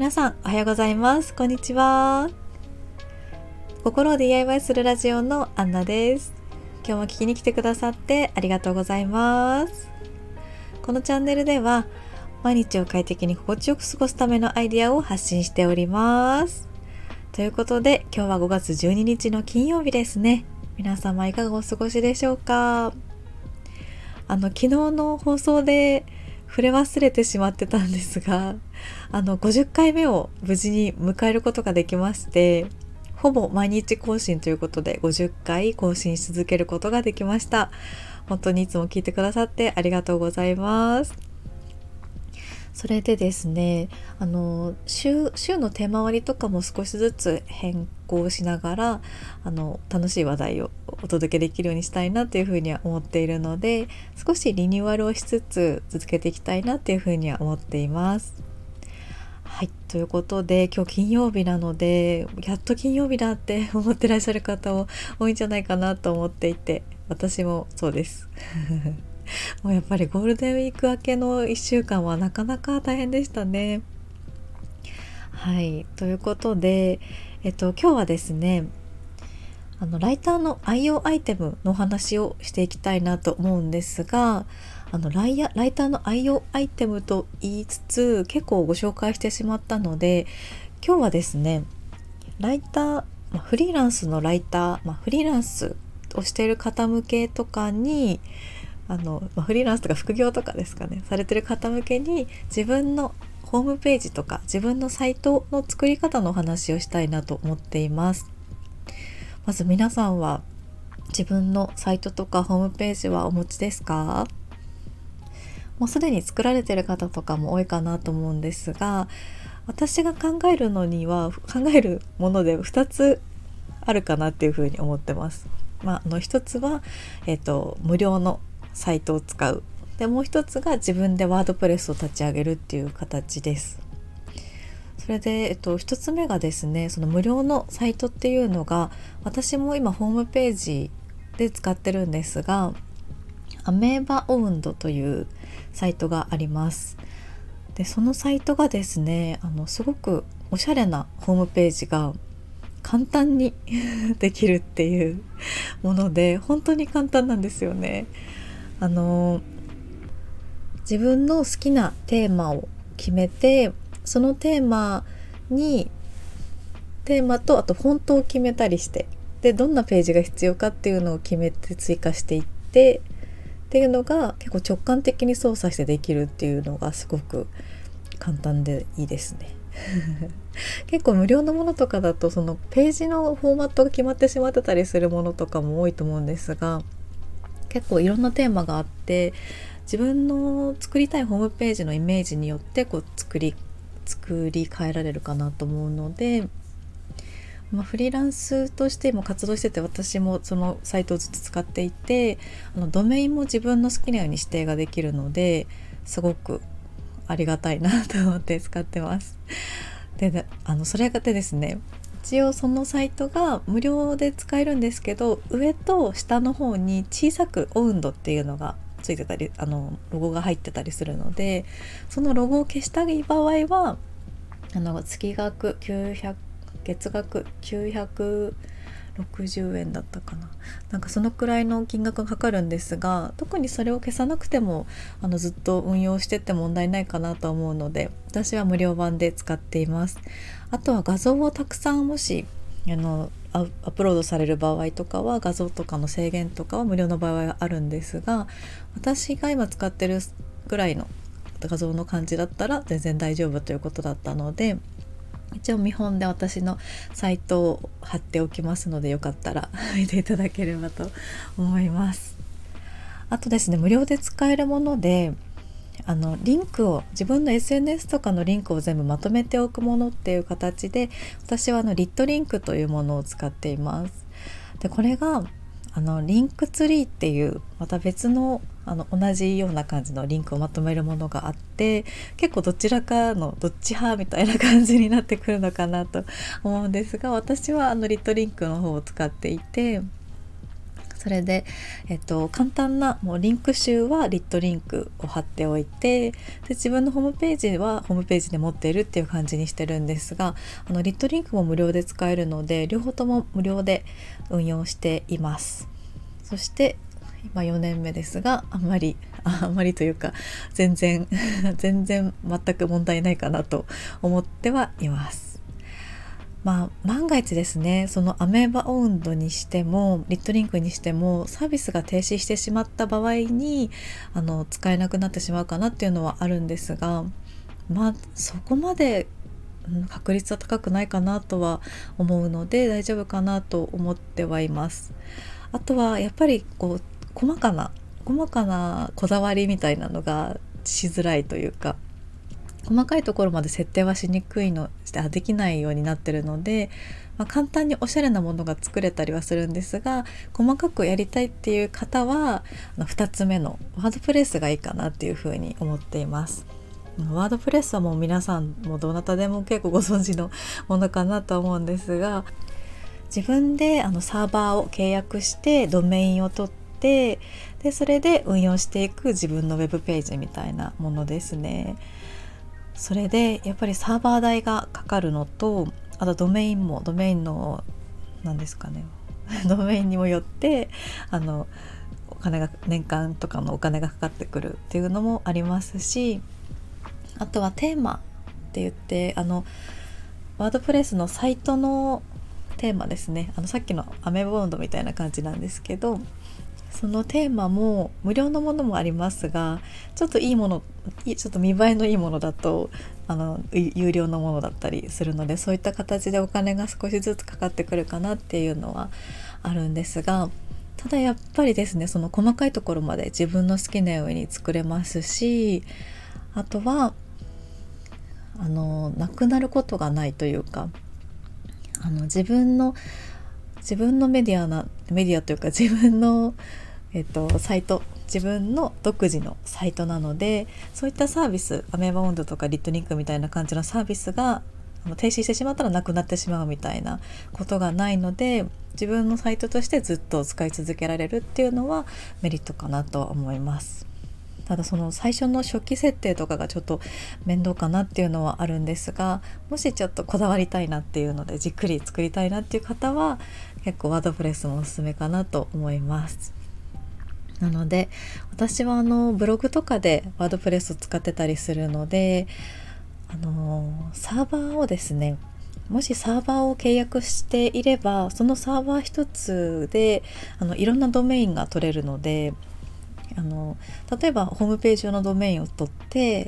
皆さんおはようございます。こんにちは。心を DIY するラジオのアンナです。今日も聞きに来てくださってありがとうございます。このチャンネルでは毎日を快適に心地よく過ごすためのアイデアを発信しております。ということで今日は5月12日の金曜日ですね。皆様いかがお過ごしでしょうか。昨日の放送で触れ忘れてしまってたんですが、50回目を無事に迎えることができまして、ほぼ毎日更新ということで50回更新し続けることができました。本当にいつも聞いてくださってありがとうございます。それでですね、週のテーマ割りとかも少しずつ変更しながら楽しい話題をお届けできるようにしたいなというふうには思っているので、少しリニューアルをしつつ続けていきたいなというふうには思っています。はい、ということで今日金曜日なので、やっと金曜日だって思ってらっしゃる方も多いんじゃないかなと思っていて、私もそうですもうやっぱりゴールデンウィーク明けの1週間はなかなか大変でしたね。はい、ということで、今日はですね、ライターの愛用アイテムのお話をしていきたいなと思うんですが、ライターの愛用アイテムと言いつつ結構ご紹介してしまったので、今日はですね、ライター、フリーランスのライター、フリーランスをしている方向けとかにフリーランスとか副業とかですかね、されてる方向けに自分のホームページとか自分のサイトの作り方のお話をしたいなと思っています。まず皆さんは自分のサイトとかホームページはお持ちですか？もうすでに作られている方とかも多いかなと思うんですが、私が考えるもので2つあるかなっていうふうに思ってます。一つは、無料のサイトを使う。で、もう一つが自分でワードプレスを立ち上げるっていう形です。それで、一つ目がですね、その無料のサイトっていうのが、私も今ホームページで使ってるんですが、アメーバオウンドというサイトがあります。で、そのサイトがですね、すごくおしゃれなホームページが簡単にできるっていうもので、本当に簡単なんですよね。自分の好きなテーマを決めて、そのテーマとあとフォントを決めたりして、でどんなページが必要かっていうのを決めて追加していってっていうのが結構直感的に操作してできるっていうのがすごく簡単でいいですね結構無料のものとかだとそのページのフォーマットが決まってしまってたりするものとかも多いと思うんですが、結構いろんなテーマがあって、自分の作りたいホームページのイメージによって作り変えられるかなと思うので、フリーランスとしても活動してて、私もそのサイトをずっと使っていて、ドメインも自分の好きなように指定ができるので、すごくありがたいなと思って使ってます。で、それでですね、一応そのサイトが無料で使えるんですけど、上と下の方に小さくオウンドっていうのがついてたり、ロゴが入ってたりするので、そのロゴを消したい場合は月額960円だったかな、なんかそのくらいの金額がかかるんですが、特にそれを消さなくてもずっと運用してって問題ないかなと思うので、私は無料版で使っています。あとは画像をたくさんもしアップロードされる場合とかは、画像とかの制限とかは無料の場合はあるんですが、私が今使ってるぐらいの画像の感じだったら全然大丈夫ということだったので、一応見本で私のサイトを貼っておきますので、よかったら見ていただければと思います。あとですね、無料で使えるものでリンクを、自分の SNS とかのリンクを全部まとめておくものっていう形で、私はリットリンクというものを使っています。で、これがリンクツリーっていうまた別の同じような感じのリンクをまとめるものがあって、結構どち派みたいな感じになってくるのかなと思うんですが、私はリットリンクの方を使っていて、 それで、簡単なもうリンク集はリットリンクを貼っておいて、で自分のホームページはホームページで持っているっていう感じにしてるんですが、リットリンクも無料で使えるので両方とも無料で運用しています。そして今4年目ですが、あんまりというか全然全く問題ないかなと思ってはいます。万が一ですね、そのアメーバオウンドにしてもリットリンクにしてもサービスが停止してしまった場合に使えなくなってしまうかなっていうのはあるんですが、そこまで確率は高くないかなとは思うので大丈夫かなと思ってはいます。あとはやっぱり細かなこだわりみたいなのがしづらいというか、細かいところまで設定はしにくいのできないようになってるので、簡単におしゃれなものが作れたりはするんですが、細かくやりたいっていう方は2つ目のワードプレスがいいかなっていうふうに思っています。ワードプレスはもう皆さんもどなたでも結構ご存知のものかなと思うんですが、自分でサーバーを契約してドメインを取って、でそれで運用していく自分のウェブページみたいなものですね。それでやっぱりサーバー代がかかるのと、あとドメインの何ですかねドメインにもよってお金が年間とかのお金がかかってくるっていうのもありますし、あとはテーマって言ってワードプレスのサイトのテーマですね。さっきのアメボンドみたいな感じなんですけど、そのテーマも無料のものもありますが、ちょっといいもの、ちょっと見栄えのいいものだと有料のものだったりするので、そういった形でお金が少しずつかかってくるかなっていうのはあるんですが、ただやっぱりですね、その細かいところまで自分の好きなように作れますし、あとはなくなることがないというか、自分のメディアというか自分の、サイト、自分の独自のサイトなので、そういったサービス、アメーバオンドとかリットリンクみたいな感じのサービスが停止してしまったらなくなってしまうみたいなことがないので、自分のサイトとしてずっと使い続けられるっていうのはメリットかなと思います。ただその最初の初期設定とかがちょっと面倒かなっていうのはあるんですが、もしちょっとこだわりたいなっていうのでじっくり作りたいなっていう方は結構ワードプレスもおすすめかなと思います。なので私はブログとかでワードプレスを使ってたりするので、サーバーをですね、もしサーバーを契約していればそのサーバー一つでいろんなドメインが取れるので、例えばホームページ用のドメインを取って、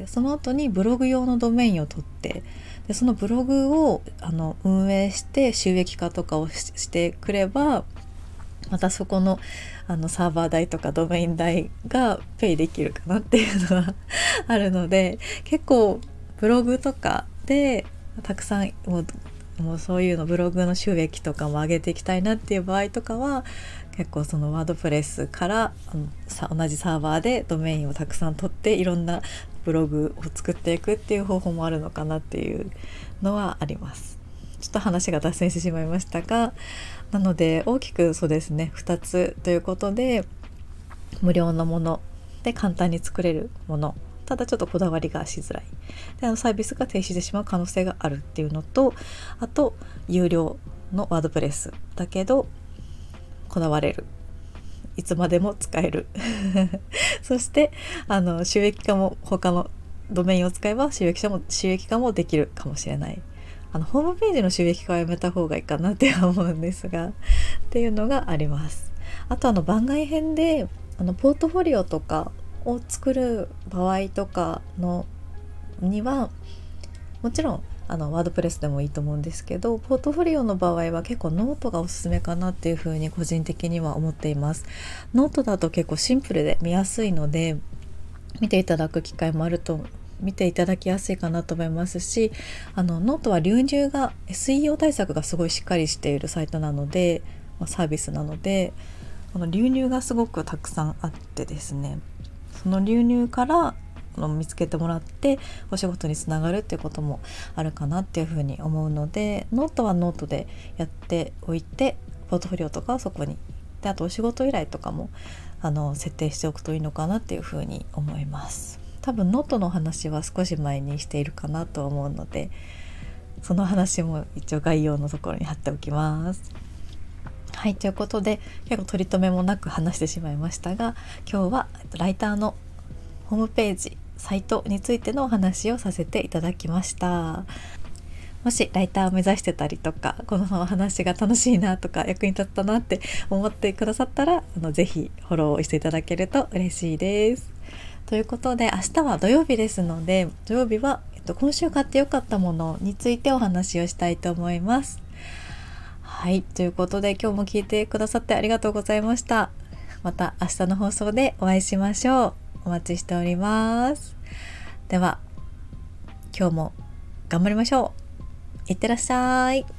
その後にブログ用のドメインを取って、でそのブログを運営して収益化とかをしてくれば、またそこのサーバー代とかドメイン代がペイできるかなっていうのはあるので、結構ブログとかでたくさんもうそういうのブログの収益とかも上げていきたいなっていう場合とかは、結構そのワードプレスから同じサーバーでドメインをたくさん取っていろんなブログを作っていくっていう方法もあるのかなっていうのはあります。ちょっと話が脱線してしまいましたが、なので大きくそうですね、2つということで、無料のもので簡単に作れるもの、ただちょっとこだわりがしづらいでサービスが停止してしまう可能性があるっていうのと、あと有料のワードプレスだけどこだわれる、いつまでも使えるそして収益化も他のドメインを使えば収益化もできるかもしれない。ホームページの収益化はやめた方がいいかなって思うんですがっていうのがあります。あと番外編でポートフォリオとかを作る場合とかのにはもちろんワードプレスでもいいと思うんですけど、ポートフォリオの場合は結構ノートがおすすめかなっていうふうに個人的には思っています。ノートだと結構シンプルで見やすいので、見ていただく機会もあると見ていただきやすいかなと思いますし、ノートは流入が SEO 対策がすごいしっかりしているサイトなので、サービスなので流入がすごくたくさんあってですね、その流入から見つけてもらってお仕事につながるっていうこともあるかなっていうふうに思うので、ノートはノートでやっておいてポートフォリオとかはそこにであとお仕事依頼とかも設定しておくといいのかなっていうふうに思います。多分ノートの話は少し前にしているかなと思うので、その話も一応概要のところに貼っておきます。はい、ということで結構取り留めもなく話してしまいましたが、今日はライターのホームページサイトについてのお話をさせていただきました。もしライターを目指してたりとか、この話が楽しいなとか役に立ったなって思ってくださったらぜひフォローしていただけると嬉しいです。ということで明日は土曜日ですので、土曜日は、今週買ってよかったものについてお話をしたいと思います。はい、ということで今日も聞いてくださってありがとうございました。また明日の放送でお会いしましょう。お待ちしております。では今日も頑張りましょう。いってらっしゃい。